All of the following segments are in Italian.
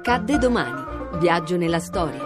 Accadde domani. Viaggio nella storia.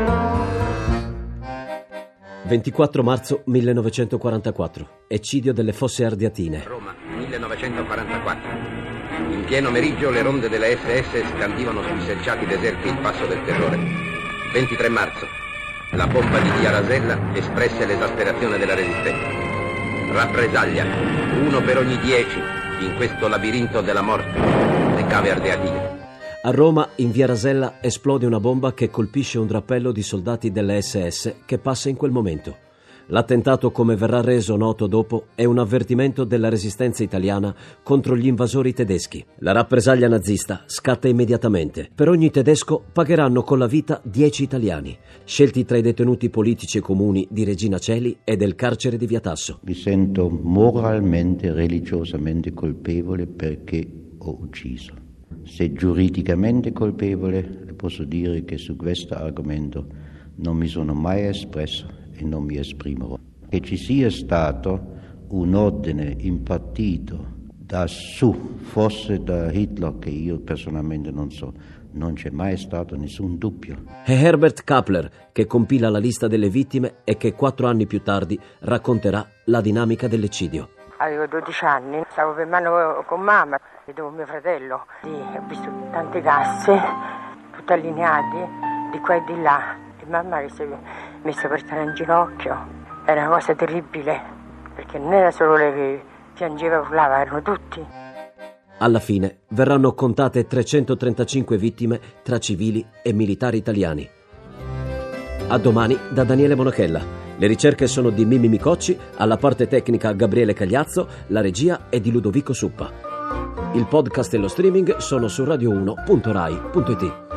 24 marzo 1944. Eccidio delle Fosse Ardeatine. Roma, 1944. In pieno meriggio le ronde della SS scandivano sui selciati deserti il passo del terrore. 23 marzo. La bomba di via Rasella espresse l'esasperazione della resistenza. Rappresaglia, 1 per ogni 10 in questo labirinto della morte, le cave ardeatine. A Roma, in via Rasella, esplode una bomba che colpisce un drappello di soldati delle SS che passa in quel momento. L'attentato, come verrà reso noto dopo, è un avvertimento della resistenza italiana contro gli invasori tedeschi. La rappresaglia nazista scatta immediatamente. Per ogni tedesco pagheranno con la vita 10 italiani, scelti tra i detenuti politici e comuni di Regina Coeli e del carcere di Via Tasso. Mi sento moralmente, religiosamente colpevole perché ho ucciso. Se giuridicamente colpevole, le posso dire che su questo argomento non mi sono mai espresso e non mi esprimerò. Che ci sia stato un ordine impartito da su, forse da Hitler, che io personalmente non so, non c'è mai stato nessun dubbio. È Herbert Kappler che compila la lista delle vittime e che 4 anni più tardi racconterà la dinamica dell'eccidio. Avevo 12 anni, stavo per mano con mamma, vedevo mio fratello, ho visto tante casse, tutte allineate, di qua e di là, e mamma che si è messa per stare in ginocchio. Era una cosa terribile, perché non era solo lei che piangeva e urlava, erano tutti. Alla fine verranno contate 335 vittime tra civili e militari italiani. A domani da Daniele Monachella. Le ricerche sono di Mimmi Micocci, alla parte tecnica Gabriele Cagliazzo, la regia è di Ludovico Suppa. Il podcast e lo streaming sono su radio1.rai.it.